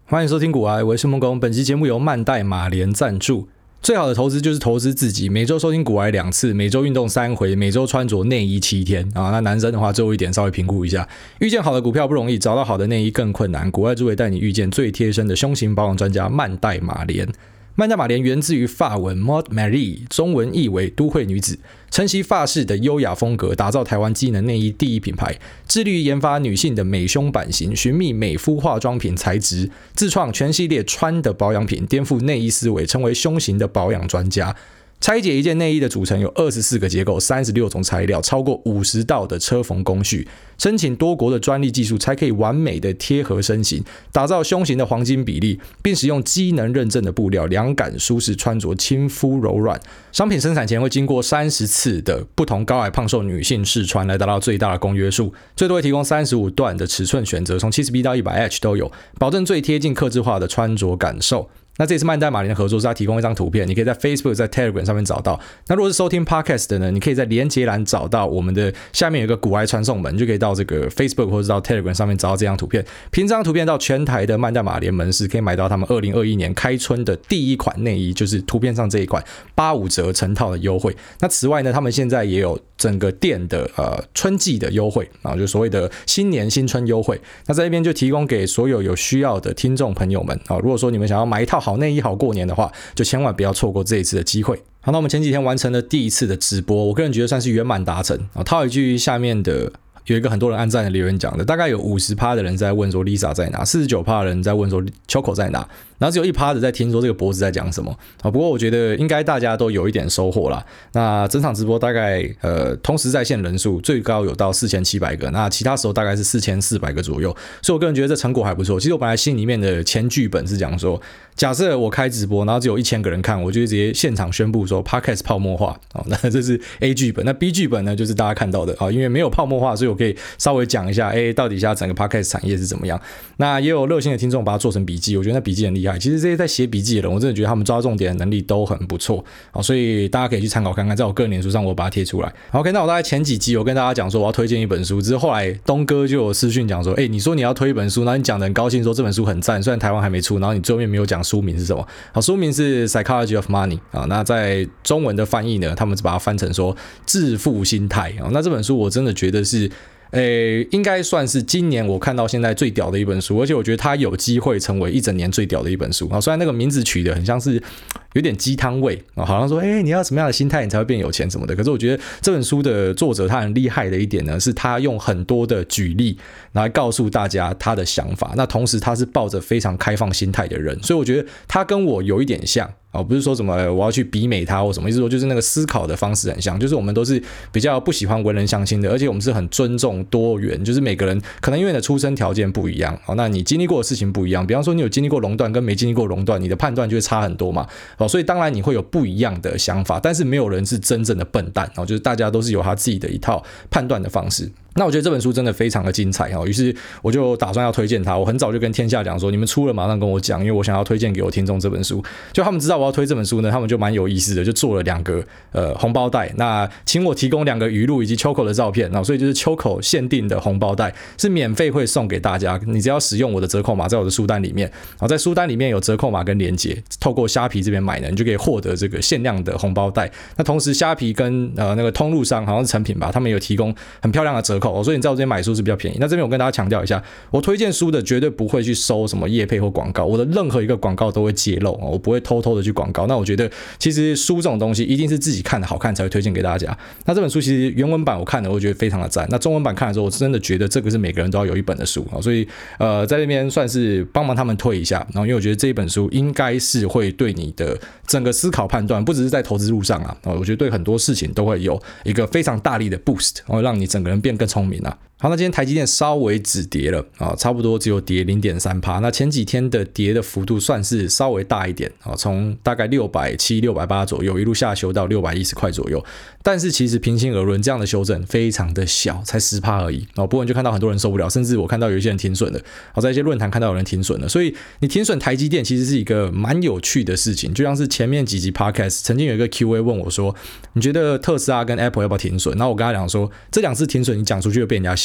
欢迎收听股癌，我是孟工。本期节目由曼代马莲赞助。最好的投资就是投资自己，每周收听股癌2次，每周运动3回，每周穿着内衣7天啊。那男生的话，最后一点稍微评估一下，遇见好的股票不容易，找到好的内衣更困难。股癌诸位带你遇见最贴身的胸型保养专家曼代马莲。曼代马莲源自于法文 Mode Marie， 中文译为都会女子，承袭法式的优雅风格，打造台湾机能内衣第一品牌，致力于研发女性的美胸版型，寻觅美肤化妆品材质，自创全系列穿的保养品，颠覆内衣思维，成为胸型的保养专家。拆解一件内衣的组成有24个结构，36种材料，超过50道的车缝工序，申请多国的专利技术才可以完美的贴合身形，打造胸型的黄金比例，并使用机能认证的布料，凉感舒适，穿着亲肤柔软。商品生产前会经过30次的不同高矮胖瘦女性试穿，来达到最大的公约数，最多会提供35段的尺寸选择，从 70B 到 100H 都有，保证最贴近客制化的穿着感受。那这次曼代马莲的合作是他提供一张图片，你可以在 Facebook 在 Telegram 上面找到。那如果是收听 Podcast 的呢，你可以在连结栏找到我们的下面有一个股癌传送门，你就可以到这个 Facebook 或者到 Telegram 上面找到这张图片。凭这张图片到全台的曼代马莲门市可以买到他们2021年开春的第一款内衣，就是图片上这一款85折成套的优惠。那此外呢，他们现在也有整个店的春季的优惠啊，就所谓的新年新春优惠。那在这边就提供给所有有需要的听众朋友们啊，如果说你们想要买一套好内衣好过年的话，就千万不要错过这一次的机会。好，那我们前几天完成了第一次的直播，我个人觉得算是圆满达成。套一句下面的有一个很多人按赞的留言讲的，大概有 50% 的人在问说 Lisa 在哪， 49% 的人在问说 Choco 在哪，然后只有 1% 的在听说这个脖子在讲什么。不过我觉得应该大家都有一点收获啦。那整场直播大概同时在线人数最高有到4700个，那其他时候大概是4400个左右，所以我个人觉得这成果还不错。其实我本来心里面的前剧本是讲说，假设我开直播然后只有1000个人看，我就直接现场宣布说 Podcast 泡沫化，那这是 A 剧本。那 B 剧本呢，就是大家看到的，因为没有泡沫化，所以我可以稍微讲一下到底下整个 Podcast 产业是怎么样。那也有热心的听众把它做成笔记，我觉得那笔记很厉害。其实这些在写笔记的人，我真的觉得他们抓重点的能力都很不错，所以大家可以去参考看看，在我个人脸书上我把它贴出来。OK， 那我大概前几集有跟大家讲说我要推荐一本书，之后来东哥就有私讯讲说，你说你要推一本书，然后你讲得很高兴说这本书很赞，虽然台湾还没出，然后你最后面没有讲书名是什么。好，书名是 Psychology of Money 那在中文的翻译呢，他们把它翻成说致富心态。那这本书我真的觉得是应该算是今年我看到现在最屌的一本书，而且我觉得它有机会成为一整年最屌的一本书。虽然那个名字取得很像是有点鸡汤味，好像说你要什么样的心态你才会变有钱什么的，可是我觉得这本书的作者他很厉害的一点呢，是他用很多的举例来告诉大家他的想法，那同时他是抱着非常开放心态的人，所以我觉得他跟我有一点像，不是说什么我要去比美他或什么，意思说就是那个思考的方式很像，就是我们都是比较不喜欢文人相亲的，而且我们是很尊重多元，就是每个人可能因为你的出生条件不一样，那你经历过的事情不一样，比方说你有经历过熔断跟没经历过熔断，你的判断就会差很多嘛，所以当然你会有不一样的想法，但是没有人是真正的笨蛋，就是大家都是有他自己的一套判断的方式。那我觉得这本书真的非常的精彩，于是我就打算要推荐它。我很早就跟天下讲说，你们出了马上跟我讲，因为我想要推荐给我听众这本书。就他们知道我要推这本书呢，他们就蛮有意思的，就做了2个红包袋，那请我提供2个语录以及Choco的照片，所以就是 Choco 限定的红包袋是免费会送给大家，你只要使用我的折扣码在我的书单里面，在书单里面有折扣码跟连结，透过虾皮这边买呢，你就可以获得这个限量的红包袋。那同时虾皮跟那个通路商好像是成品吧，他们有提供很漂亮的折扣，所以你在我这边买书是比较便宜。那这边我跟大家强调一下，我推荐书的绝对不会去收什么业配或广告，我的任何一个广告都会揭露，我不会偷偷的去广告。那我觉得其实书这种东西一定是自己看的好看才会推荐给大家。那这本书其实原文版我看了，我觉得非常的赞。那中文版看的时候，我真的觉得这个是每个人都要有一本的书，所以在这边算是帮忙他们推一下。然后因为我觉得这一本书应该是会对你的整个思考判断，不只是在投资路上我觉得对很多事情都会有一个非常大力的 boost， 让你整个人变更聪明好，那今天台积电稍微止跌了差不多只有跌 0.3%。那前几天的跌的幅度算是稍微大一点从大概670、680左右一路下修到610块左右。但是其实平心而论，这样的修正非常的小，才 10% 而已不过你就看到很多人受不了，甚至我看到有一些人停损了在一些论坛看到有人停损了。所以你停损台积电其实是一个蛮有趣的事情，就像是前面几集 podcast 曾经有一个 QA 问我说，你觉得特斯拉跟 Apple 要不要停损？然后我跟他讲说，这2次停损你讲出去会被人家笑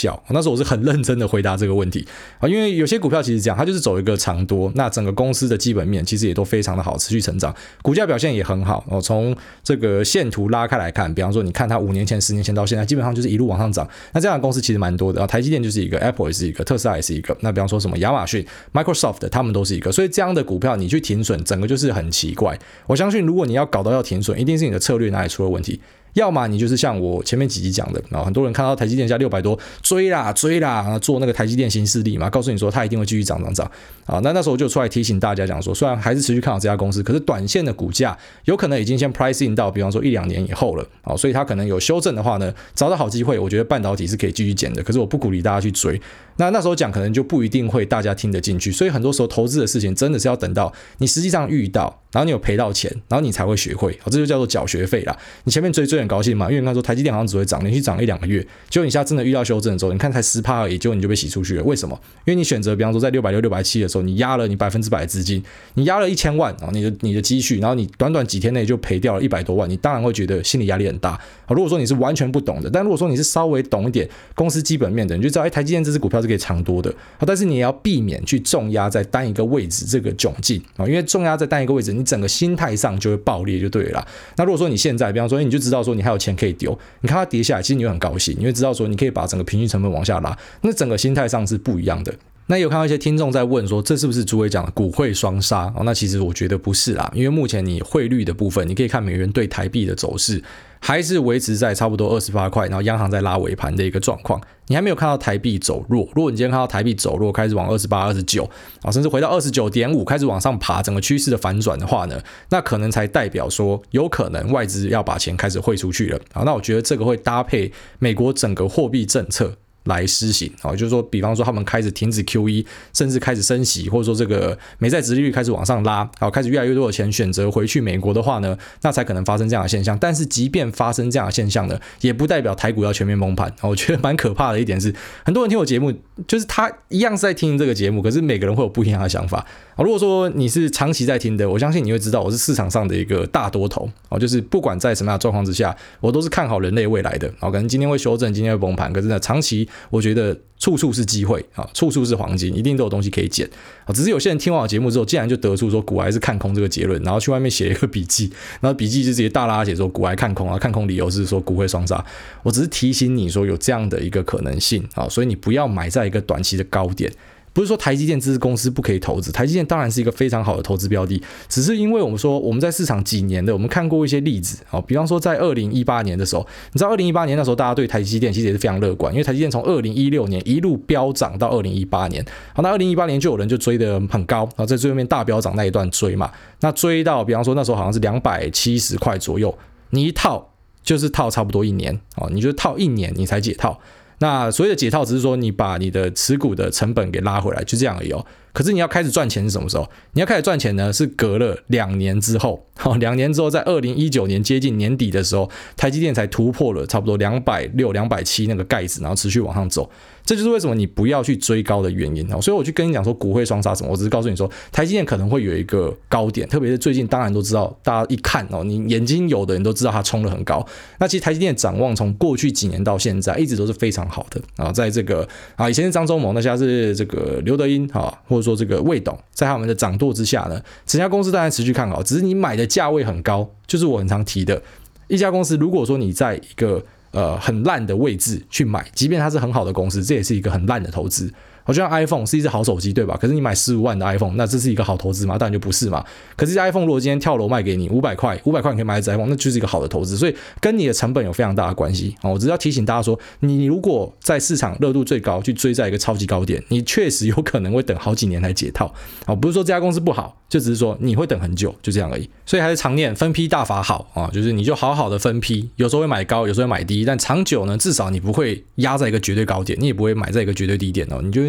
效？那时候我是很认真的回答这个问题啊，因为有些股票其实这样，它就是走一个长多，那整个公司的基本面其实也都非常的好，持续成长，股价表现也很好。从这个线图拉开来看，比方说你看它5年前、10年前到现在，基本上就是一路往上涨。那这样的公司其实蛮多的，台积电就是一个 ，Apple 也是一个，特斯拉也是一个。那比方说什么亚马逊、Microsoft， 他们都是一个。所以这样的股票你去停损，整个就是很奇怪。我相信如果你要搞到要停损，一定是你的策略哪里出了问题。要么你就是像我前面几集讲的，很多人看到台积电下600多，追啦，做那个台积电新势力嘛，告诉你说它一定会继续涨啊。那时候我就出来提醒大家讲说，虽然还是持续看好这家公司，可是短线的股价有可能已经先 price in 到，比方说1-2年以后了，所以它可能有修正的话呢，找到好机会，我觉得半导体是可以继续减的，可是我不鼓励大家去追。那时候讲可能就不一定会大家听得进去，所以很多时候投资的事情真的是要等到你实际上遇到，然后你有赔到钱，然后你才会学会，这就叫做缴学费啦。你前面追很高兴嘛，因为你看说台积电好像只会涨，连续涨1-2个月，结果你现在真的遇到修正的时候，你看才10%而已，结果你就被洗出去了。为什么？因为你选择比方说在660、670的时候，你压了你100%的资金，你压了1000万，你的积蓄，然后你短短几天内就赔掉了100多万，你当然会觉得心理压力很大。如果说你是完全不懂的，但如果说你是稍微懂一点公司基本面的，你就知道台积电这支股票是可以长多的，但是你也要避免去重压在单一个位置这个窘境，因为重压在单一个位置，你整个心态上就会爆裂就对了啦。那如果说你现在比方说你就知道说你还有钱可以丢，你看它跌下来，其实你会很高兴，你会知道说你可以把整个平均成本往下拉，那整个心态上是不一样的。那有看到一些听众在问说，这是不是朱伟讲的股汇双杀？那其实我觉得不是啦，因为目前你汇率的部分，你可以看美元对台币的走势，还是维持在差不多28块，然后央行在拉尾盘的一个状况，你还没有看到台币走弱。如果你今天看到台币走弱，开始往28、29，甚至回到29.5开始往上爬，整个趋势的反转的话呢，那可能才代表说有可能外资要把钱开始汇出去了。那我觉得这个会搭配美国整个货币政策来施行，就是说比方说他们开始停止 QE， 甚至开始升息，或者说这个美债殖利率开始往上拉，开始越来越多的钱选择回去美国的话呢，那才可能发生这样的现象。但是即便发生这样的现象呢，也不代表台股要全面崩盘。我觉得蛮可怕的一点是，很多人听我节目，就是他一样是在听这个节目，可是每个人会有不一样的想法。如果说你是长期在听的，我相信你会知道我是市场上的一个大多头，就是不管在什么样的状况之下，我都是看好人类未来的。可能今天会修正，今天会崩盘，可是呢，长期我觉得处处是机会，处处是黄金，一定都有东西可以捡。只是有些人听完我节目之后，竟然就得出说股癌是看空这个结论，然后去外面写了一个笔记，然后笔记就直接大拉写说股癌看空，看空理由是说股汇双杀。我只是提醒你说有这样的一个可能性，所以你不要买在一个短期的高点。不是说台积电这支公司不可以投资，台积电当然是一个非常好的投资标的，只是因为我们说我们在市场几年的，我们看过一些例子，比方说在2018年的时候，你知道2018年那时候大家对台积电其实也是非常乐观，因为台积电从2016年一路飙涨到2018年，那2018年就有人就追得很高，然后在最后面大飙涨那一段追嘛，那追到比方说那时候好像是270块左右，你一套就是套差不多1年，你就套1年你才解套。那所谓的解套只是说你把你的持股的成本给拉回来，就这样而已。可是你要开始赚钱是什么时候？你要开始赚钱呢，是隔了2年之后，2年之后在2019年接近年底的时候，台积电才突破了差不多260、270那个盖子，然后持续往上走。这就是为什么你不要去追高的原因。所以我去跟你讲说股汇双杀什么，我只是告诉你说台积电可能会有一个高点，特别是最近当然都知道，大家一看你眼睛有的人都知道它冲得很高。那其实台积电的展望从过去几年到现在一直都是非常好的，在这个以前是张忠谋，那现在是这个刘德音或者说这个魏董，在他们的掌舵之下呢，整家公司当然持续看好，只是你买的价位很高，就是我很常提的，一家公司如果说你在一个很烂的位置去买，即便它是很好的公司，这也是一个很烂的投资。就像 iPhone 是一只好手机，对吧？可是你买15万的 iPhone， 那这是一个好投资吗？当然就不是嘛。可是 iPhone 如果今天跳楼卖给你500块你可以买一只 iPhone， 那就是一个好的投资。所以跟你的成本有非常大的关系。我只是要提醒大家说，你如果在市场热度最高去追在一个超级高点，你确实有可能会等好几年才解套。不是说这家公司不好，就只是说你会等很久，就这样而已。所以还是常念分批大法好，就是你就好好的分批，有时候会买高，有时候会买低，但长久呢，至少你不会压在一个绝对高点，你也不会买在一个绝对低点，你就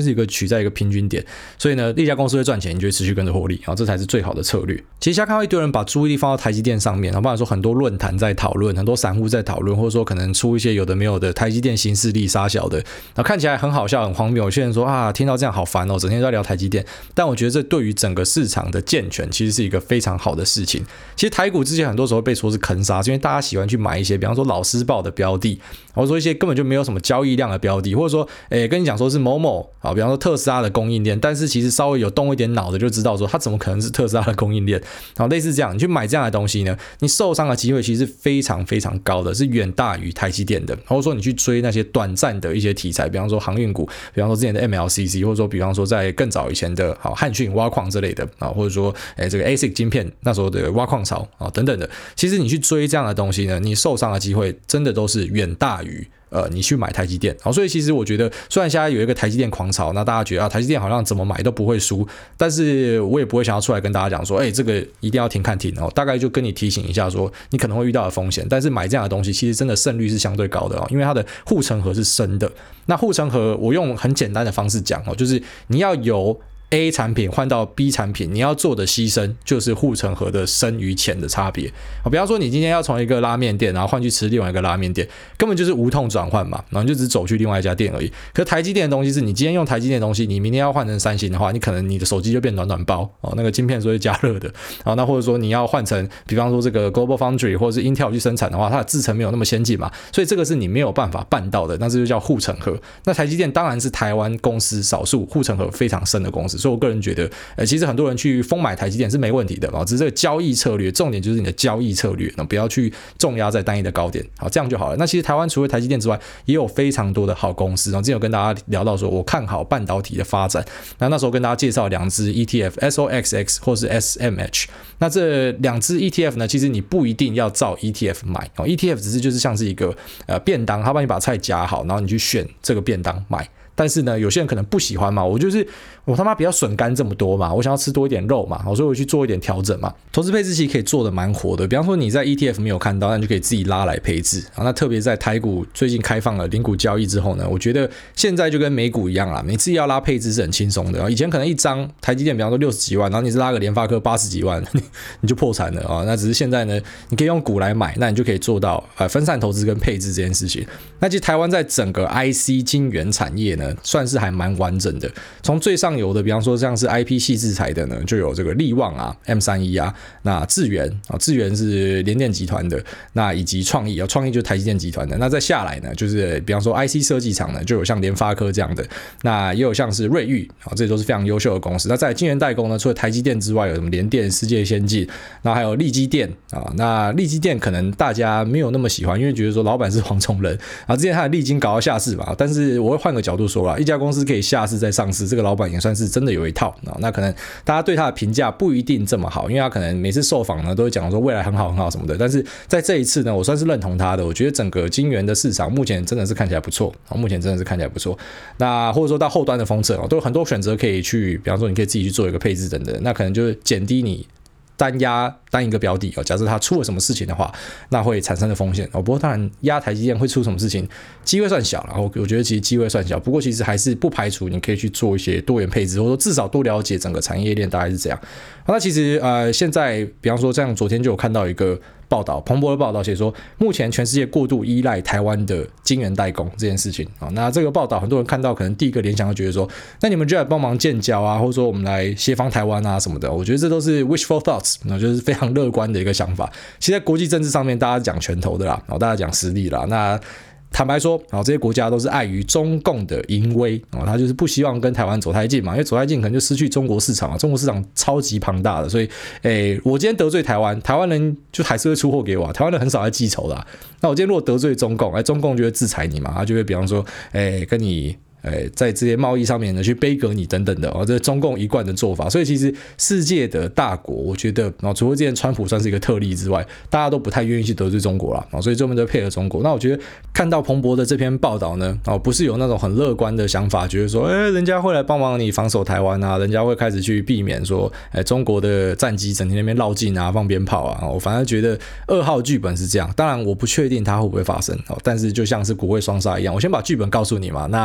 是一个取在一个平均点，所以呢，一家公司会赚钱，你就会持续跟着获利，这才是最好的策略。其实现在看到一堆人把注意力放到台积电上面，不然说很多论坛在讨论，很多散户在讨论，或者说可能出一些有的没有的台积电新势力杀小的，看起来很好笑很荒谬。有些人说啊，听到这样好烦哦，整天都在聊台积电。但我觉得这对于整个市场的健全其实是一个非常好的事情。其实台股之前很多时候被说是坑杀，是因为大家喜欢去买一些比方说老师报的标的，或者说一些根本就没有什么交易量的标的，或者说跟你讲说是某某比方说特斯拉的供应链，但是其实稍微有动一点脑的就知道说它怎么可能是特斯拉的供应链，类似这样，你去买这样的东西呢，你受伤的机会其实是非常非常高的，是远大于台积电的。或者说你去追那些短暂的一些题材，比方说航运股，比方说之前的 MLCC， 或者说比方说在更早以前的汉讯挖矿之类的或者说这个 ASIC 晶片那时候的挖矿潮等等的，其实你去追这样的东西呢，你受伤的机会真的都是远大于你去买台积电。所以其实我觉得虽然现在有一个台积电狂潮，那大家觉得台积电好像怎么买都不会输，但是我也不会想要出来跟大家讲说这个一定要停看停大概就跟你提醒一下说你可能会遇到的风险，但是买这样的东西其实真的胜率是相对高的因为它的护城河是深的。那护城河我用很简单的方式讲就是你要由A 产品换到 B 产品，你要做的牺牲就是护城河的深与浅的差别。比方说你今天要从一个拉面店然后换去吃另外一个拉面店，根本就是无痛转换嘛，然后你就只走去另外一家店而已。可是台积电的东西是你今天用台积电的东西，你明天要换成三星的话，你可能你的手机就变暖暖包那个晶片是会加热的那或者说你要换成比方说这个 Global Foundry 或者是 Intel 去生产的话，它的制程没有那么先进嘛，所以这个是你没有办法办到的，那这就叫护城河。那台积电当然是台湾公司少数护城河非常深的公司，所以我个人觉得其实很多人去疯买台积电是没问题的只是这个交易策略，重点就是你的交易策略不要去重压在单一的高点，这样就好了。那其实台湾除了台积电之外也有非常多的好公司之前有跟大家聊到说我看好半导体的发展，那时候跟大家介绍两支 ETF SOXX 或是 SMH。 那这两支 ETF 呢，其实你不一定要照 ETF 买ETF 只是就是像是一个便当，他帮你把菜夹好，然后你去选这个便当买。但是呢，有些人可能不喜欢嘛，我他妈不要笋干这么多嘛，我想要吃多一点肉嘛，所以我去做一点调整嘛。投资配置其实可以做的蛮活的，比方说你在 ETF 没有看到，那你就可以自己拉来配置那特别在台股最近开放了零股交易之后呢，我觉得现在就跟美股一样啦，每次要拉配置是很轻松的以前可能一张台积电比方说60几万，然后你是拉个联发科80几万你就破产了那只是现在呢，你可以用股来买，那你就可以做到分散投资跟配置这件事情。那其实台湾在整个 IC 晶圆产业呢算是还蛮完整的，从最上游的比方说像是 IP 矽智财的呢，就有这个力旺M31那智原是联电集团的，那以及创意创意就是台积电集团的。那再下来呢，就是比方说 IC 设计厂呢，就有像联发科这样的，那也有像是瑞昱这都是非常优秀的公司。那在晶圆代工呢，除了台积电之外，有什么联电、世界先进，那还有力积电那力积电可能大家没有那么喜欢，因为觉得说老板是黄崇仁之前他的力晶搞到下市嘛，但是我会换个角度说啦，一家公司可以下市再上市，这个老板也算是真的有一套那可能大家对他的评价不一定这么好，因为他可能每次受访呢都会讲说未来很好很好什么的，但是在这一次呢，我算是认同他的，我觉得整个晶圆的市场目前真的是看起来不错那或者说到后端的封测都有很多选择可以去，比方说你可以自己去做一个配置等等，那可能就是减低你单一个标的假设它出了什么事情的话，那会产生的风险不过当然压台积电会出什么事情机会算小，然后我觉得其实机会算小，不过其实还是不排除你可以去做一些多元配置，或者说至少多了解整个产业链大概是这样。那其实现在比方说像昨天就有看到一个报道，彭博的报道写说，目前全世界过度依赖台湾的晶圆代工这件事情那这个报道很多人看到可能第一个联想就觉得说，那你们就来帮忙建交或者说我们来协防台湾什么的，我觉得这都是 wishful thoughts， 就是非常乐观的一个想法。其实在国际政治上面大家讲拳头的啦大家讲实力啦，那坦白说这些国家都是碍于中共的淫威他就是不希望跟台湾走太近嘛，因为走太近可能就失去中国市场中国市场超级庞大的，所以我今天得罪台湾人就还是会出货给我台湾人很少在记仇的那我今天如果得罪中共中共就会制裁你嘛，他就会比方说跟你在这些贸易上面呢去杯葛你等等的这是中共一贯的做法。所以其实世界的大国我觉得除了之前川普算是一个特例之外，大家都不太愿意去得罪中国啦所以专门都配合中国。那我觉得看到彭博的这篇报道呢不是有那种很乐观的想法，觉得说人家会来帮忙你防守台湾人家会开始去避免说中国的战机整天那边绕境放鞭炮我反而觉得2号剧本是这样，当然我不确定它会不会发生但是就像是国会双杀一样，我先把剧本告诉你嘛，那如果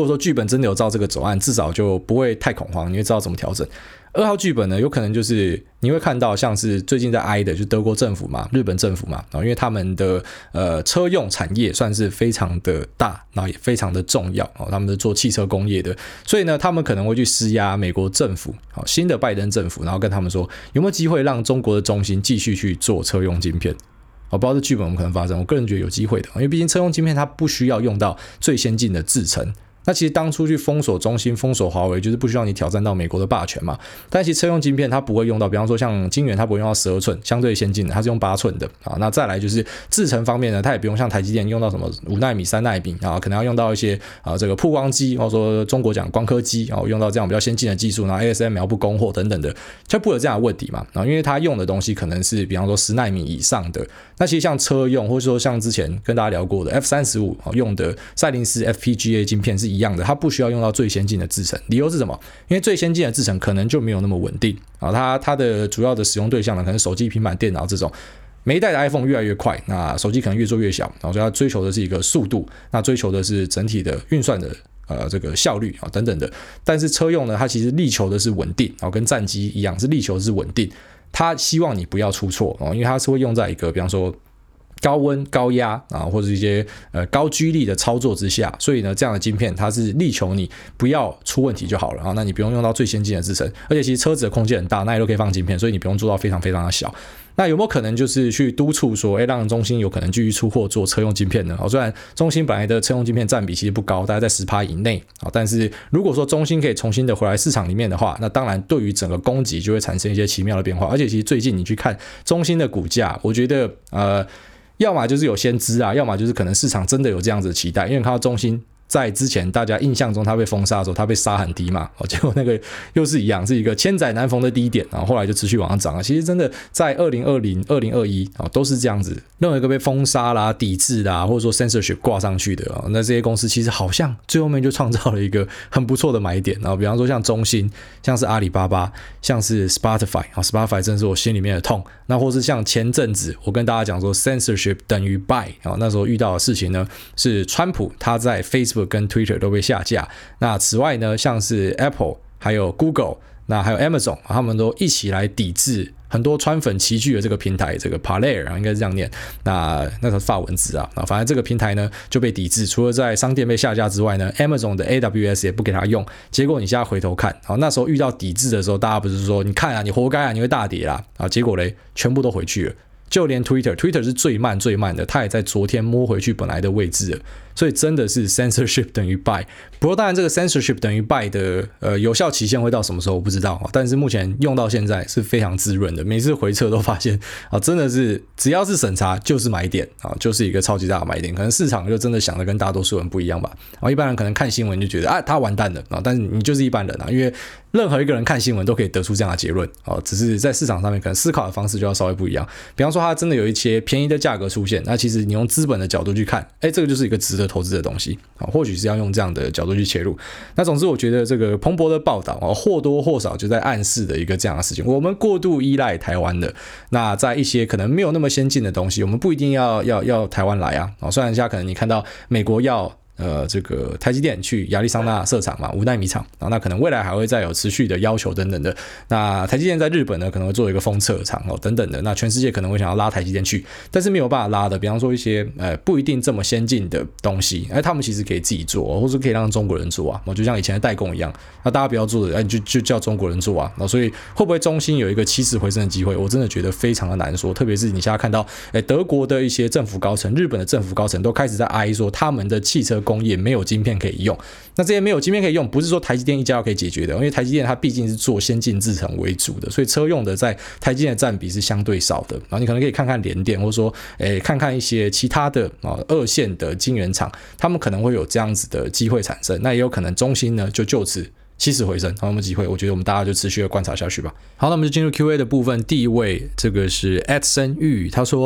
果说剧本真的有照这个走案，至少就不会太恐慌，你会知道怎么调整。2号剧本呢，有可能就是你会看到像是最近在挨的，就德国政府嘛、日本政府嘛，因为他们的车用产业算是非常的大，然后也非常的重要，他们是做汽车工业的，所以呢，他们可能会去施压美国政府，新的拜登政府，然后跟他们说有没有机会让中国的中芯继续去做车用晶片。我不知道这剧本有没有可能发生，我个人觉得有机会的，因为毕竟车用晶片它不需要用到最先进的制程。那其实当初去封锁中芯、封锁华为，就是不需要你挑战到美国的霸权嘛。但其实车用晶片它不会用到，比方说像晶圆，它不会用到12寸，相对先进的，它是用8寸的啊。那再来就是制程方面呢，它也不用像台积电用到什么5奈米、3奈米啊，可能要用到一些这个曝光机，或者说中国讲光刻机啊，用到这样比较先进的技术，然后 ASML 不供货等等的，就不会有这样的问题嘛。因为它用的东西可能是比方说10奈米以上的。那其实像车用，或者说像之前跟大家聊过的 F35 用的赛灵思 FPGA 晶片是一样的，它不需要用到最先进的制程。理由是什么？因为最先进的制程可能就没有那么稳定啊，它的主要的使用对象呢，可能手机、平板电脑这种。每一代的 iPhone 越来越快，那手机可能越做越小，然后所以它追求的是一个速度，那追求的是整体的运算的这个效率啊等等的。但是车用呢，它其实力求的是稳定，跟战机一样，是力求的是稳定。它希望你不要出错因为它是会用在一个比方说高温、高压或者一些高居力的操作之下，所以呢，这样的晶片它是力求你不要出问题就好了啊。那你不用用到最先进的制程，而且其实车子的空间很大，那也都可以放晶片，所以你不用做到非常非常的小。那有没有可能就是去督促说，让中芯有可能继续出货做车用晶片呢？虽然中芯本来的车用晶片占比其实不高，大概在 10% 以内但是如果说中芯可以重新的回来市场里面的话，那当然对于整个供给就会产生一些奇妙的变化。而且其实最近你去看中芯的股价，我觉得要么就是有先知啊，要么就是可能市场真的有这样子的期待，因为看到中芯在之前大家印象中他被封杀的时候，他被杀很低嘛结果那个又是一样，是一个千载难逢的低点，然后后来就持续往上涨其实真的在2020、2021都是这样子，任何一个被封杀啦、抵制啦，或者说 censorship 挂上去的那这些公司其实好像最后面就创造了一个很不错的买点比方说像中芯，像是阿里巴巴，像是 Spotify 真的是我心里面的痛。那或是像前阵子我跟大家讲说 censorship 等于 buy 那时候遇到的事情呢，是川普他在 Facebook 跟 Twitter 都被下架。那此外呢，像是 Apple 还有 Google 那还有 Amazon 他们都一起来抵制很多川粉齐聚的这个平台，这个 Parler 应该是这样念，那是法文字反正这个平台呢就被抵制，除了在商店被下架之外呢， Amazon 的 AWS 也不给他用。结果你现在回头看那时候遇到抵制的时候，大家不是说你看你活该你会大跌啦结果嘞全部都回去了。就连 Twitter 是最慢的，它也在昨天摸回去本来的位置了。所以真的是 censorship 等于 buy。不过当然这个 censorship 等于 buy 的有效期限会到什么时候我不知道但是目前用到现在是非常滋润的，每次回测都发现真的是只要是审查就是买点就是一个超级大的买点。可能市场就真的想的跟大多数人不一样吧一般人可能看新闻就觉得他完蛋了但是你就是一般人因为任何一个人看新闻都可以得出这样的结论只是在市场上面可能思考的方式就要稍微不一样。比方说它真的有一些便宜的价格出现，那其实你用资本的角度去看这个就是一个值得投资的东西或许是要用这样的角度去切入。那总之我觉得这个彭博的报道或多或少就在暗示的一个这样的事情，我们过度依赖台湾的，那在一些可能没有那么先进的东西，我们不一定要台湾来虽然现在可能你看到美国要这个台积电去亚利桑那设厂嘛，5奈米厂那可能未来还会再有持续的要求等等的。那台积电在日本呢可能会做一个封测厂等等的，那全世界可能会想要拉台积电去，但是没有办法拉的，比方说一些不一定这么先进的东西他们其实可以自己做或是可以让中国人做就像以前的代工一样，那大家不要做的就叫中国人做所以会不会中芯有一个起死回生的机会，我真的觉得非常的难说。特别是你现在看到德国的一些政府高层、日本的政府高层都开始在哀说他们的汽车工业没有晶片可以用。那这些没有晶片可以用，不是说台积电一家可以解决的，因为台积电它毕竟是做先进制程为主的，所以车用的在台积电的占比是相对少的。然后你可能可以看看联电，或者说看看一些其他的二线的晶圆厂，他们可能会有这样子的机会产生。那也有可能中芯呢就此起死回生，有没有机会？我觉得我们大家就持续的观察下去吧。好，那我们就进入 Q&A 的部分。第一位，这个是 @生玉，他说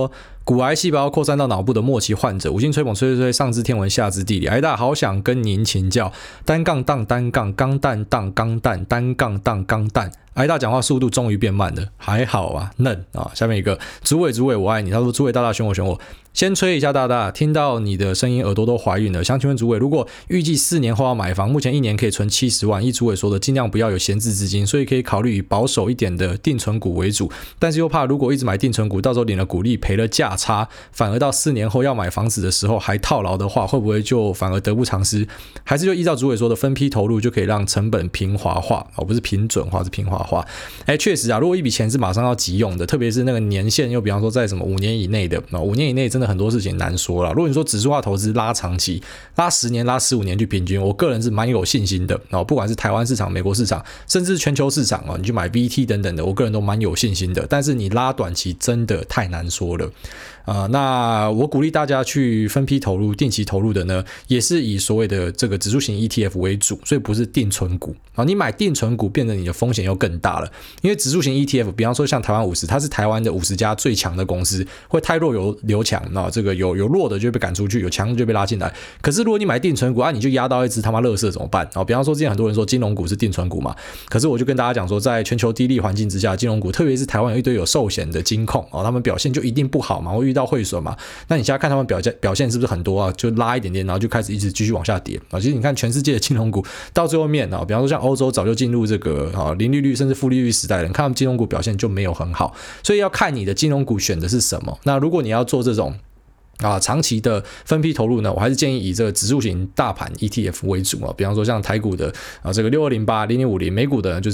骨癌细胞扩散到脑部的末期患者，五星吹捧吹吹吹，上知天文下知地理。癌大好想跟您请教，单杠荡单杠，钢蛋荡钢蛋，单杠荡钢蛋。挨大讲话速度终于变慢了，还好啊，嫩啊！下面一个主委我爱你，他说主委大大选我，先吹一下大大，听到你的声音耳朵都怀孕了。想请问主委，如果预计4年后要买房，目前1年可以存70万，依主委说的尽量不要有闲置资金，所以可以考虑以保守一点的定存股为主，但是又怕如果一直买定存股，到时候领了股利赔了价差，反而到4年后要买房子的时候还套牢的话，会不会就反而得不偿失？还是就依照主委说的分批投入就可以让成本平滑化，不是平准化，是平滑化。确实啊，如果一笔钱是马上要急用的，特别是那个年限又比方说在什么5年以内的，5年以内真的很多事情难说了。如果你说指数化投资拉长期，拉10年、拉15年去平均，我个人是蛮有信心的。不管是台湾市场、美国市场，甚至全球市场，你去买 VT 等等的，我个人都蛮有信心的。但是你拉短期真的太难说了。那我鼓励大家去分批投入、定期投入的呢，也是以所谓的这个指数型 ETF 为主，所以不是定存股。你买定存股变得你的风险又更大了，因为指数型 ETF， 比方说像台湾50，它是台湾的50家最强的公司，会太弱有留强，这个有弱的就被赶出去，有强的就被拉进来。可是如果你买定存股，你就压到一只他妈垃圾怎么办？比方说之前很多人说金融股是定存股嘛，可是我就跟大家讲说，在全球低利环境之下，金融股特别是台湾有一堆有寿险的金控，他们表现就一定不好嘛，会遇到汇损嘛。那你现在看他们表现是不是很多啊？就拉一点点，然后就开始一直继续往下跌其实你看全世界的金融股到最后面比方说像欧洲早就进入这个零利率甚至负利率时代了，你看他们金融股表现就没有很好，所以要看你的金融股选的是什么。那如果你要做这种长期的分批投入呢，我还是建议以这个指数型大盘 ETF 为主比方说像台股的这个6208、0050，美股的就是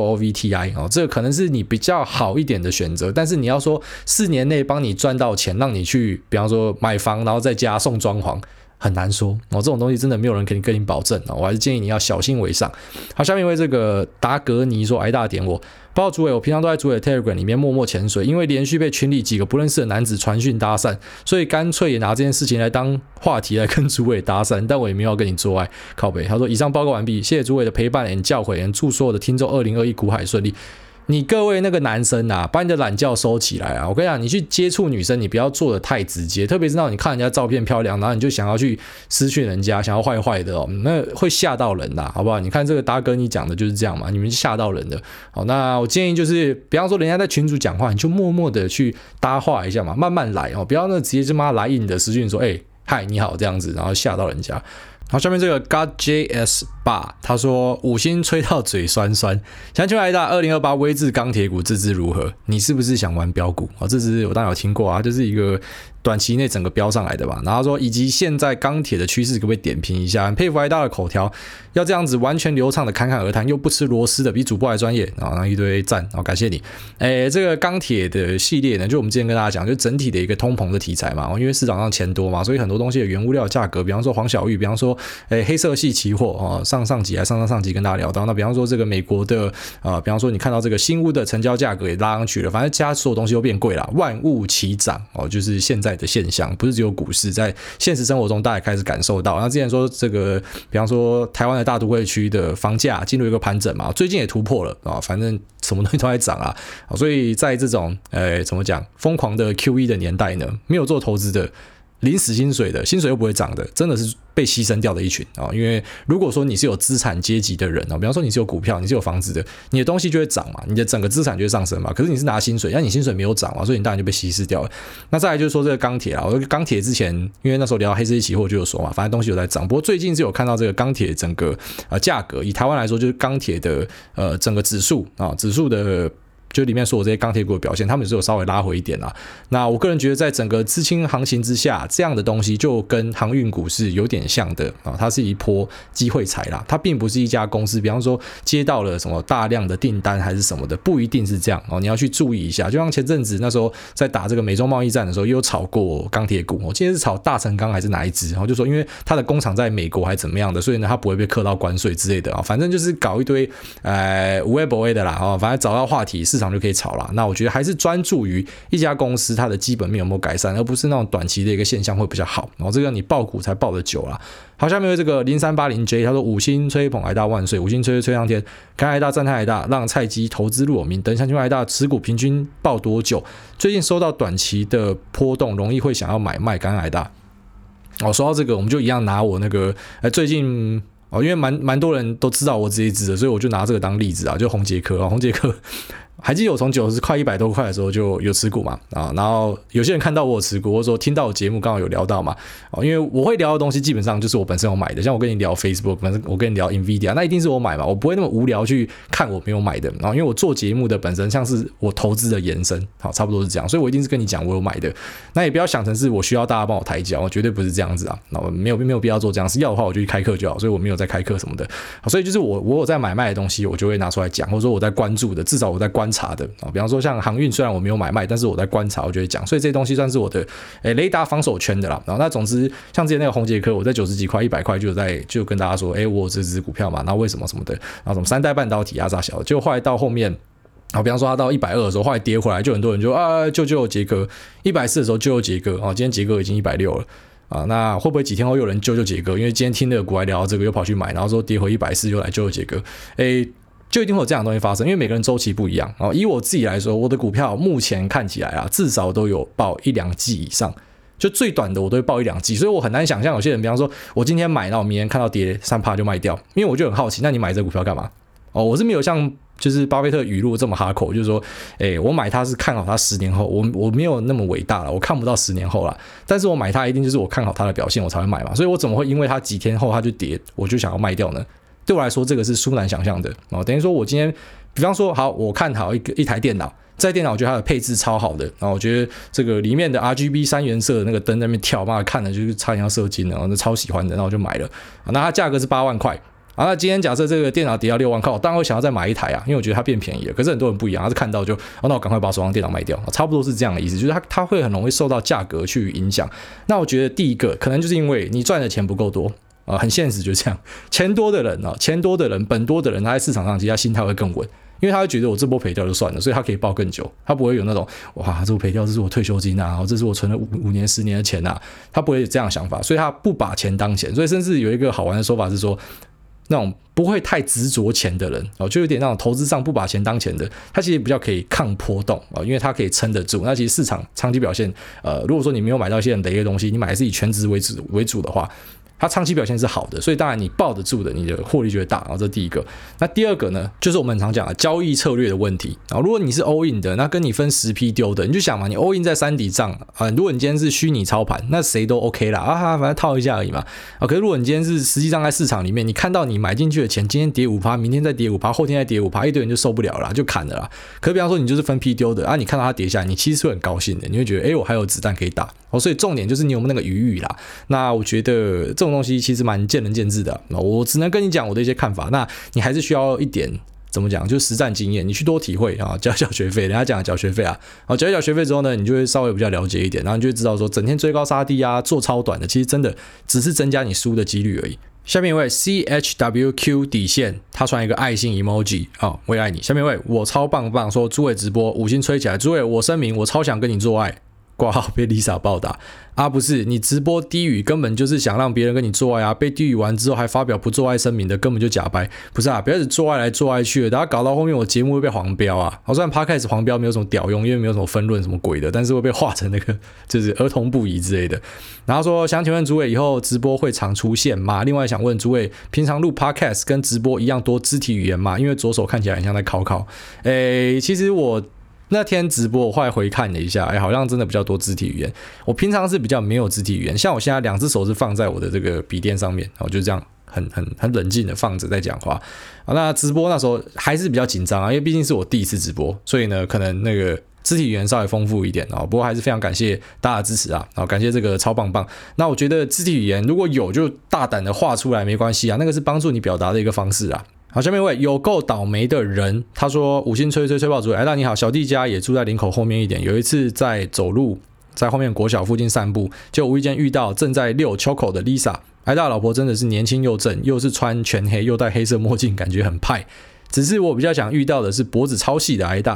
VOOVTI 这个可能是你比较好一点的选择。但是你要说4年内帮你赚到钱，让你去比方说买房，然后再加送装潢，很难说这种东西真的没有人可以跟你保证我还是建议你要小心为上。好，下面一位这个达格尼说，挨大点我报告主委，我平常都在主委的 Telegram 里面默默潜水，因为连续被群里几个不认识的男子传讯搭讪，所以干脆也拿这件事情来当话题来跟主委搭讪，但我也没有要跟你做爱靠北。他说以上报告完毕，谢谢主委的陪伴与教诲，祝所有的听众2021股海顺利。你各位那个男生把你的懒觉收起来我跟你讲，你去接触女生，你不要做的太直接，特别是那种你看人家照片漂亮，然后你就想要去私讯人家，想要坏坏的那会吓到人好不好？你看这个大哥你讲的就是这样嘛，你们是吓到人的。好，那我建议就是，比方说人家在群组讲话，你就默默的去搭话一下嘛，慢慢来不要那直接就妈来硬的私讯说嗨你好这样子，然后吓到人家。好，下面这个 GodJS8 他说5星吹到嘴酸酸，想请问挨大2028微智钢铁股自知如何？你是不是想玩标股这支我当然有听过就是一个短期内整个飙上来的吧。然后他说以及现在钢铁的趋势可不可以点评一下？很佩服挨大的口条，要这样子完全流畅的侃侃而谈，又不吃螺丝的，比主播还专业然后一堆赞感谢你。这个钢铁的系列呢，就我们之前跟大家讲，就整体的一个通膨的题材嘛，因为市场上钱多嘛，所以很多东西的原物料价格，比方说黄小玉，比方说黑色系期货上集还上集跟大家聊到，那比方说这个美国的比方说你看到这个新屋的成交价格也拉上去了，反正家所有东西都变贵了，万物齐涨就是现在的现象，不是只有股市，在现实生活中大家开始感受到。那之前说这个比方说台湾的大都会区的房价进入一个盘整嘛，最近也突破了反正什么东西都在涨所以在这种怎么讲疯狂的 QE 的年代呢，没有做投资的领死薪水的，薪水又不会涨的，真的是被牺牲掉的一群因为如果说你是有资产阶级的人比方说你是有股票，你是有房子的，你的东西就会涨嘛，你的整个资产就会上升嘛。可是你是拿薪水，但你薪水没有涨嘛，所以你当然就被稀释掉了。那再来就是说这个钢铁我钢铁之前因为那时候聊黑色系期货就有说嘛，反正东西有在涨。不过最近是有看到这个钢铁整个价格，以台湾来说就是钢铁的整个指数指数的。就里面所有这些钢铁股的表现，他们也是有稍微拉回一点那我个人觉得在整个资金行情之下，这样的东西就跟航运股是有点像的它是一波机会财啦，它并不是一家公司比方说接到了什么大量的订单还是什么的，不一定是这样你要去注意一下。就像前阵子那时候在打这个美中贸易战的时候，也有炒过钢铁股今天是炒大成钢还是哪一支，然后就说因为它的工厂在美国还怎么样的，所以呢它不会被课到关税之类的反正就是搞一堆无谓不谓的啦反正找到话题，市场场就可以炒啦。那我觉得还是专注于一家公司它的基本面有没有改善，而不是那种短期的一个现象会比较好。然后这个你抱股才抱得久啦。好，下面有这个0380J， 他说五星吹捧海大万岁，五星吹上天，看海大赞叹海大，让菜鸡投资入有名。等一下，请问海大持股平均抱多久？最近收到短期的波动，容易会想要买卖，感恩海大。说到这个，我们就一样拿我那个最近因为蛮多人都知道我这一支的，所以我就拿这个当例子啊，就宏捷科宏捷科。还记得我从90块100多块的时候就有持股嘛然后有些人看到我有持股，或者说听到我节目刚好有聊到嘛因为我会聊的东西基本上就是我本身有买的，像我跟你聊 Facebook， 反正我跟你聊 Nvidia， 那一定是我买嘛，我不会那么无聊去看我没有买的因为我做节目的本身像是我投资的延伸，好，差不多是这样，所以我一定是跟你讲我有买的，那也不要想成是我需要大家帮我抬轿，我绝对不是这样子啊，那我没有必要做这样，是要的话我就去开课就好，所以我没有在开课什么的，好，所以就是我有在买卖的东西我就会拿出来讲，或者说我在关注的，至少我在观察的比方说像航运，虽然我没有买卖，但是我在观察，我就会讲，所以这些东西算是我的雷达防守圈的啦。然后那总之，像之前那个宏捷科，我在90几块、100块就跟大家说，我有这支股票嘛，然后为什么什么的，然后什么3代半导体啊啥小的，就后来到后面。比方说它到120的时候，后来跌回来，就很多人就救杰哥，140的时候救杰哥今天杰哥已经160了那会不会几天后又有人救杰哥？因为今天听那个股来聊这个，又跑去买，然后说跌回140又来救杰哥，就一定会有这样的东西发生，因为每个人周期不一样以我自己来说，我的股票目前看起来至少都有报1-2季以上，就最短的我都会报1-2季，所以我很难想象有些人，比方说我今天买，然后明天看到跌3%就卖掉，因为我就很好奇，那你买这股票干嘛？我是没有像就是巴菲特语录这么哈口，就是说，我买它是看好它10年后，我没有那么伟大了，我看不到10年后了，但是我买它一定就是我看好它的表现，我才会买嘛，所以我怎么会因为它几天后它就跌，我就想要卖掉呢？对我来说，这个是殊难想象的等于说我今天，比方说，好，我看好一台电脑，这台电脑我觉得它的配置超好的，然后我觉得这个里面的 RGB 3原色的那个灯在那边跳，妈看了就是差点要射精了，然后超喜欢的，然后我就买了。那它价格是8万块。那今天假设这个电脑跌到6万块，我当然会想要再买一台因为我觉得它变便宜了。可是很多人不一样，他是看到就那我赶快把手上电脑卖掉，差不多是这样的意思，就是它会很容易受到价格去影响。那我觉得第一个可能就是因为你赚的钱不够多。很现实，就这样。钱多的人，本多的人，他在市场上其实他心态会更稳，因为他会觉得我这波赔掉就算了，所以他可以抱更久，他不会有那种哇，这波赔掉，这是我退休金这是我存了5年10年的钱他不会有这样的想法，所以他不把钱当钱，所以甚至有一个好玩的说法是说，那种不会太执着钱的人就有点那种投资上不把钱当钱的，他其实比较可以抗波动因为他可以撑得住。那其实市场长期表现，如果说你没有买到一些很雷的东西，你买的是以全值为主的话，它长期表现是好的，所以当然你抱得住的，你的获利就会大。这是第一个。那第二个呢，就是我们很常讲的交易策略的问题。如果你是 all in 的，那跟你分10批丢的，你就想嘛，你 all in 在3底账如果你今天是虚拟操盘，那谁都 OK 啦反正套一下而已嘛。可是如果你今天是实际上在市场里面，你看到你买进去的钱今天跌 5%， 明天再跌 5%， 后天再跌 5%， 一堆人就受不了了，就砍了啦。可是比方说你就是分批丢的你看到它跌下来，你其实会很高兴的，你会觉得我还有子弹可以打所以重点就是你有没有那个余裕啦。那我觉得这种东西其实蛮见仁见智的我只能跟你讲我的一些看法，那你还是需要一点怎么讲，就实战经验，你去多体会交学费，人家讲缴学费缴一缴学费之后呢，你就会稍微比较了解一点，然后你就会知道说整天追高杀低做超短的，其实真的只是增加你输的几率而已。下面一位 CHWQ 底线，他传一个爱心 emoji 我也爱你。下面一位我超棒棒说诸位直播5星吹起来，诸位我声明我超想跟你做爱。挂号被 Lisa 暴打不是你直播低语根本就是想让别人跟你做爱被低语完之后还发表不做爱声明的根本就假掰，不是不要只做爱来做爱去了，大家搞到后面我节目会被黄标虽然 Podcast 黄标没有什么屌用，因为没有什么分论什么鬼的，但是会被画成那个就是儿童不宜之类的。然后说想请问诸位以后直播会常出现吗？另外想问诸位平常录 Podcast 跟直播一样多肢体语言吗？因为左手看起来很像在考其实我那天直播我后来回看了一下好像真的比较多肢体语言。我平常是比较没有肢体语言，像我现在2只手是放在我的这个笔电上面就这样很冷静的放着在讲话那直播那时候还是比较紧张因为毕竟是我第一次直播，所以呢可能那个肢体语言稍微丰富一点不过还是非常感谢大家的支持感谢这个超棒棒。那我觉得肢体语言如果有就大胆的画出来没关系那个是帮助你表达的一个方式好，下面一位有够倒霉的人，他说5星吹爆主那你好，小弟家也住在林口后面一点，有一次在走路在后面国小附近散步，就无意间遇到正在遛秋口的 Lisa， 大老婆真的是年轻又正，又是穿全黑又戴黑色墨镜，感觉很派。只是我比较想遇到的是脖子超细的大，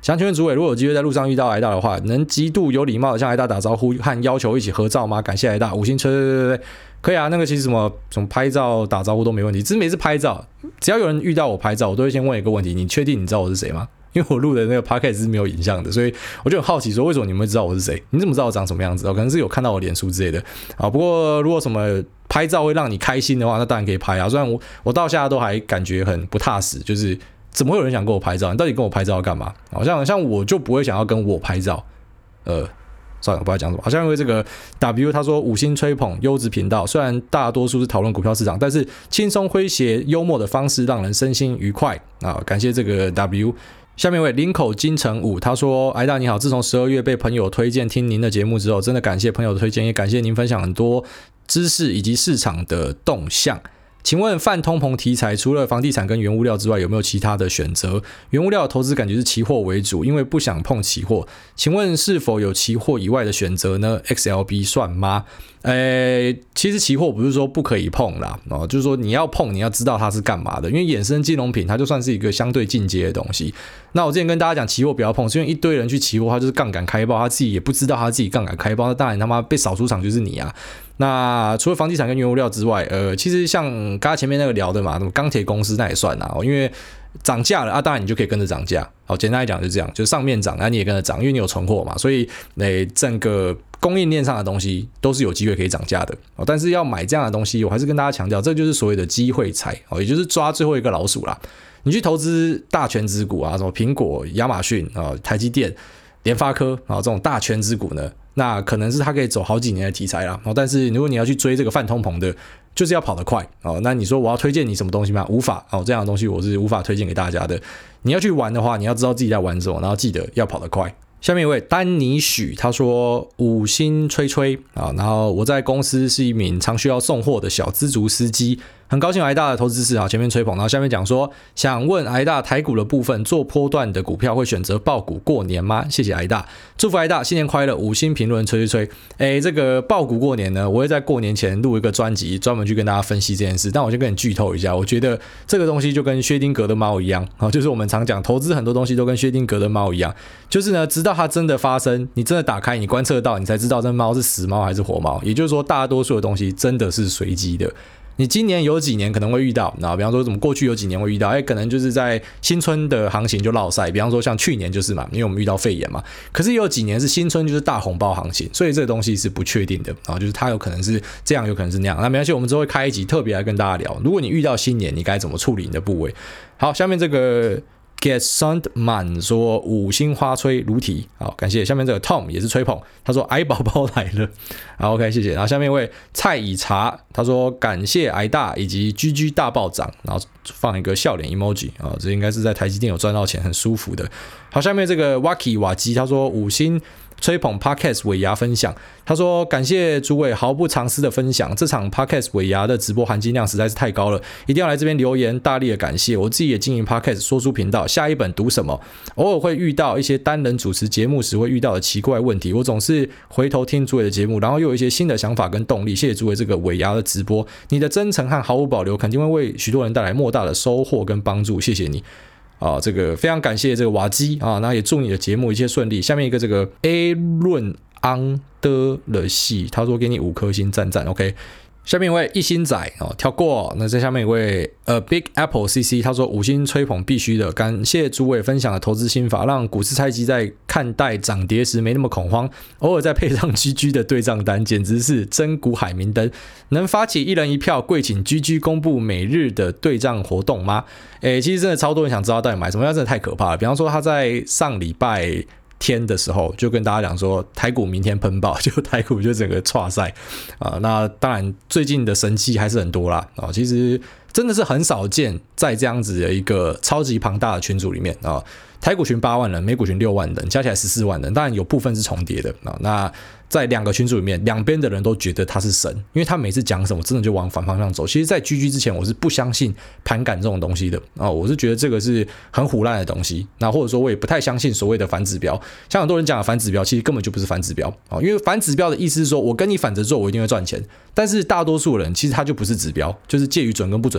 想请问主委，如果有机会在路上遇到挨大的话，能极度有礼貌的向挨大打招呼和要求一起合照吗？感谢挨大，5星吹，对，可以啊。那个其实什么拍照打招呼都没问题，只是每次拍照，只要有人遇到我拍照，我都会先问一个问题：你确定你知道我是谁吗？因为我录的那个 podcast 是没有影像的，所以我就很好奇说，为什么你们会知道我是谁？你怎么知道我长什么样子？可能是有看到我脸书之类的啊。不过如果什么拍照会让你开心的话，那当然可以拍啊。虽然我到现在都还感觉很不踏实，就是怎么会有人想跟我拍照？你到底跟我拍照要干嘛？好像我就不会想要跟我拍照。算了，不知道讲什么。好像因为这个 W 他说5星吹捧优质频道，虽然大多数是讨论股票市场，但是轻松诙谐幽默的方式让人身心愉快啊！感谢这个 W。下面一位林口金城武，他说：“挨大你好，自从12月被朋友推荐听您的节目之后，真的感谢朋友的推荐，也感谢您分享很多知识以及市场的动向。请问泛通膨题材除了房地产跟原物料之外，有没有其他的选择？原物料的投资感觉是期货为主，因为不想碰期货。请问是否有期货以外的选择呢 ？XLB 算吗？其实期货不是说不可以碰啦，就是说你要碰，你要知道它是干嘛的。因为衍生金融品它就算是一个相对进阶的东西。那我之前跟大家讲期货不要碰，是因为一堆人去期货，他就是杠杆开爆，他自己也不知道他自己杠杆开爆，那当然他妈被扫出场就是你啊。那除了房地产跟原物料之外，其实像刚才前面那个聊的嘛，什么钢铁公司那也算因为涨价了啊，当然你就可以跟着涨价。好，简单来讲就这样，就上面涨，你也跟着涨，因为你有存货嘛，所以整个供应链上的东西都是有机会可以涨价的。但是要买这样的东西，我还是跟大家强调，这就是所谓的机会财，也就是抓最后一个老鼠啦。你去投资大权值股啊，什么苹果、亚马逊、台积电、联发科这种大权值股呢，那可能是它可以走好几年的题材啦。但是如果你要去追这个泛通膨的，就是要跑得快那你说我要推荐你什么东西吗？无法这样的东西我是无法推荐给大家的。你要去玩的话，你要知道自己在玩什么，然后记得要跑得快。下面一位丹尼许，他说5星吹吹然后我在公司是一名常需要送货的小资族司机，很高兴挨大的投资知识前面吹捧，然后下面讲说想问挨大台股的部分，做波段的股票会选择抱股过年吗？谢谢挨大，祝福挨大新年快乐，5星评论吹吹吹。这个抱股过年呢，我会在过年前录一个专辑，专门去跟大家分析这件事。但我先跟你剧透一下，我觉得这个东西就跟薛丁格的猫一样就是我们常讲投资很多东西都跟薛丁格的猫一样，就是呢，直到它真的发生，你真的打开，你观测到，你才知道这猫是死猫还是活猫。也就是说，大多数的东西真的是随机的。你今年有几年可能会遇到，比方说怎么过去有几年会遇到，可能就是在新春的行情就落赛，比方说像去年就是嘛，因为我们遇到肺炎嘛。可是也有几年是新春就是大红包行情，所以这个东西是不确定的就是它有可能是这样，有可能是那样。那没关系，我们之后会开一集特别来跟大家聊，如果你遇到新年，你该怎么处理你的部位。好，下面这个Get Sandman 说5星花吹如题，好，感谢。下面这个 Tom 也是吹捧，他说癌宝宝来了，好 OK 谢谢。然后下面一位蔡以茶，他说感谢癌大以及 GG 大暴涨，然后放一个笑脸 emoji 这应该是在台积电有赚到钱，很舒服的。好，下面这个 Waki 瓦基，他说5星吹捧 Podcast 尾牙分享，他说感谢诸位毫不藏私的分享，这场 Podcast 尾牙的直播含金量实在是太高了，一定要来这边留言大力的感谢。我自己也经营 Podcast 说书频道，下一本读什么，偶尔会遇到一些单人主持节目时会遇到的奇怪问题，我总是回頭聽諸位的節目，然後又有一些新的想法跟動力。謝謝諸位這個尾牙的直播，你的真誠和毫無保留肯定會為許多人帶來莫大的收穫跟幫助，謝謝你。這個非常感謝這個瓦基那也祝你的節目一切順利。下面一個這個 A 論安的了戲，他說給你5顆星，讚讚 OK。下面一位一星仔跳过那在下面一位Big Apple CC， 他说5星吹捧必须的，感谢诸位分享的投资心法，让股市菜鸡在看待涨跌时没那么恐慌，偶尔再配上 GG 的对账单，简直是真股海明灯。能发起1人1票，跪请 GG 公布每日的对账活动吗？其实真的超多人想知道到底买什么，真的太可怕了。比方说他在上礼拜天的时候就跟大家讲说台股明天喷爆，就台股就整个剉赛那当然最近的神器还是很多啦其实真的是很少见在这样子的一个超级庞大的群组里面台股群8万人，美股群6万人，加起来14万人，当然有部分是重叠的那在2个群组里面，两边的人都觉得他是神，因为他每次讲什么真的就往反方向走。其实在 GG 之前我是不相信盘感这种东西的我是觉得这个是很唬烂的东西，那或者说我也不太相信所谓的反指标，像很多人讲的反指标其实根本就不是反指标因为反指标的意思是说我跟你反着做我一定会赚钱，但是大多数人其实他就不是指标，就是介于准跟不准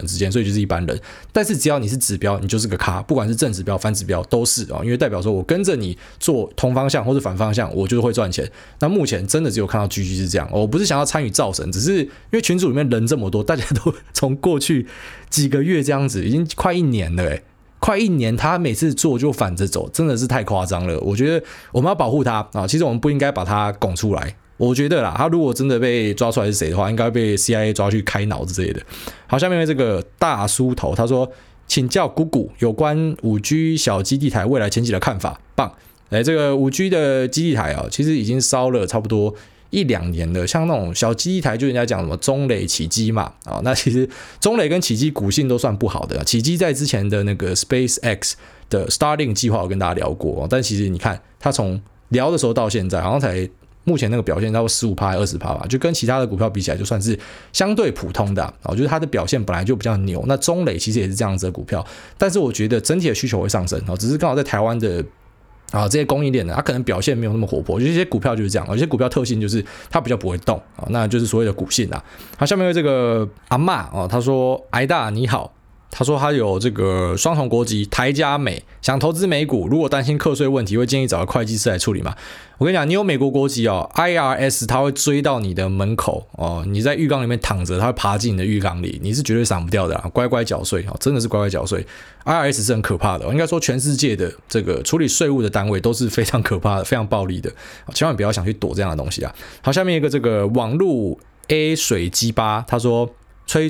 之间，所以就是一般人。但是只要你是指标，你就是个咖，不管是正指标、反指标都是啊，因为代表说我跟着你做同方向或者反方向，我就是会赚钱。那目前真的只有看到 GG 是这样，我不是想要参与造神，只是因为群组里面人这么多，大家都从过去几个月这样子，已经快1年了快1年，他每次做就反着走，真的是太夸张了。我觉得我们要保护他啊，其实我们不应该把他拱出来。我觉得啦，他如果真的被抓出来是谁的话，应该被 CIA 抓去开脑之类的。好，下面这个大叔头他说，请教姑姑有关 5G 小基地台未来前景的看法。棒，这个 5G 的基地台啊，其实已经烧了差不多1-2年了，像那种小基地台，就人家讲什么中磊、启基嘛，那其实中磊跟启基股性都算不好的。启基在之前的那个 SpaceX 的 Starlink 计划，我跟大家聊过，但其实你看，它从聊的时候到现在，好像才目前那个表现到 15% 20% 吧，就跟其他的股票比起来，就算是相对普通的我觉得它的表现本来就比较牛。那中磊其实也是这样子的股票，但是我觉得整体的需求会上升，只是刚好在台湾的这些供应链呢，它可能表现没有那么活泼，有些股票就是这样，有些股票特性就是它比较不会动那就是所谓的股性啊。好，下面有这个阿嬷他说：“挨大你好。”他说他有这个双重国籍，台加美，想投资美股，如果担心课税问题，会建议找个会计师来处理吗？我跟你讲，你有美国国籍IRS 他会追到你的门口你在浴缸里面躺着，他会爬进你的浴缸里，你是绝对闪不掉的乖乖缴税真的是乖乖缴税。IRS 是很可怕的应该说全世界的这个处理税务的单位都是非常可怕的，非常暴力的千万不要想去躲这样的东西啊。好，下面一个这个网路 A 水鸡巴，他说。吹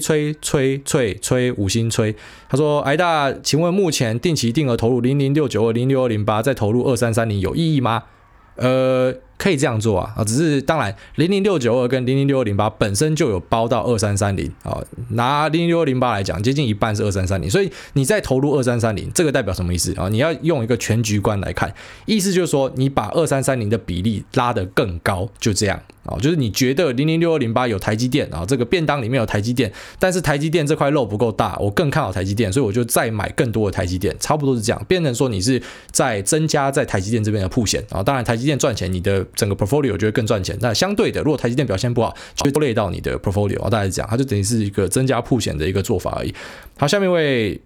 5星吹，他说：“挨大，请问目前定期定额投入00692、06208，再投入2330有意义吗？”可以这样做只是当然00692跟00608本身就有包到2330拿00608来讲，接近一半是2330，所以你再投入2330，这个代表什么意思你要用一个全局观来看，意思就是说你把2330的比例拉得更高，就这样就是你觉得00628有台积电这个便当里面有台积电，但是台积电这块肉不够大，我更看好台积电，所以我就再买更多的台积电，差不多是这样，变成说你是在增加在台积电这边的曝险当然台积电赚钱，你的整个 portfolio 就会更赚钱。那相对的，如果台积电表现不好，就会拖累到你的 portfolio 大概是这样，它就等于是一个增加曝险的一个做法而已。好，下面一位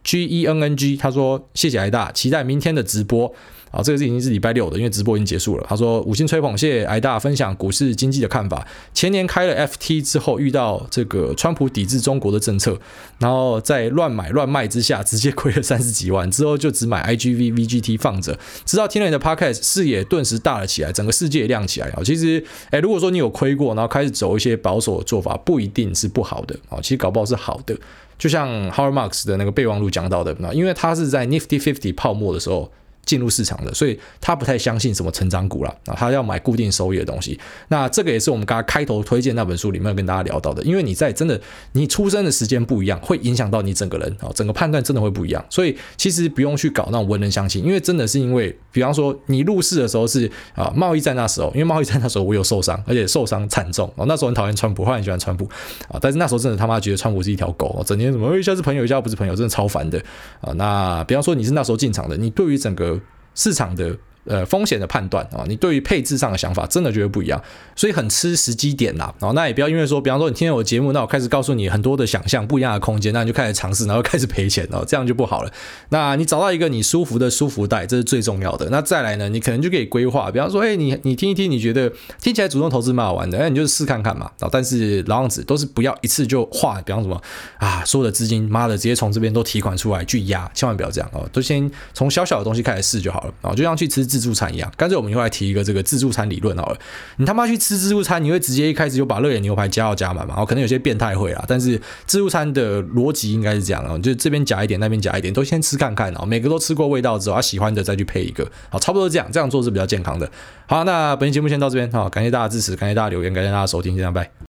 GENNG 他说：“谢谢挨大，期待明天的直播。”这个已经是礼拜6的，因为直播已经结束了。他说5星吹捧，谢谢挨大分享股市经济的看法。前年开了 FT 之后，遇到这个川普抵制中国的政策，然后在乱买乱卖之下，直接亏了30几万。之后就只买 IGV、VGT 放着，直到听了你的 Podcast， 视野顿时大了起来，整个世界也亮起来。其实，如果说你有亏过，然后开始走一些保守的做法，不一定是不好的其实搞不好是好的。就像 Howard Marks 的那个备忘录讲到的，因为他是在 Nifty 50泡沫的时候进入市场的，所以他不太相信什么成长股啦，他要买固定收益的东西。那这个也是我们刚刚开头推荐那本书里面跟大家聊到的，因为你在真的你出生的时间不一样，会影响到你整个人整个判断真的会不一样。所以其实不用去搞那种文人相信，因为真的是因为比方说你入市的时候是贸易战那时候，因为贸易战那时候我有受伤，而且受伤惨重那时候很讨厌川普，后来很喜欢川普但是那时候真的他妈觉得川普是一条狗整天什么一下是朋友一下不是朋友，真的超烦的那比方说你是那时候进场的，你对于整个市场的风险的判断你对于配置上的想法真的觉得不一样，所以很吃时机点啦那也不要因为说比方说你听了我节目，那我开始告诉你很多的想象不一样的空间，那你就开始尝试，然后开始赔钱这样就不好了。那你找到一个你舒服的舒服带，这是最重要的。那再来呢，你可能就可以规划，比方说你听一听，你觉得听起来主动投资蛮好玩的，你就试看看嘛但是老样子都是不要一次就画，比方什么所有的资金妈的直接从这边都提款出来去压，千万不要这样都先从小小的东西开始试就好了就像去吃自助餐一样，干脆我们以后来提一个这个自助餐理论好了。你他妈去吃自助餐，你会直接一开始就把热眼牛排加到加满嘛可能有些变态会但是自助餐的逻辑应该是这样就这边夹一点那边夹一点，都先吃看看每个都吃过味道之后喜欢的再去配一个差不多这样做是比较健康的。好，那本期节目先到这边感谢大家的支持，感谢大家留言，感谢大家的收听，先拜拜。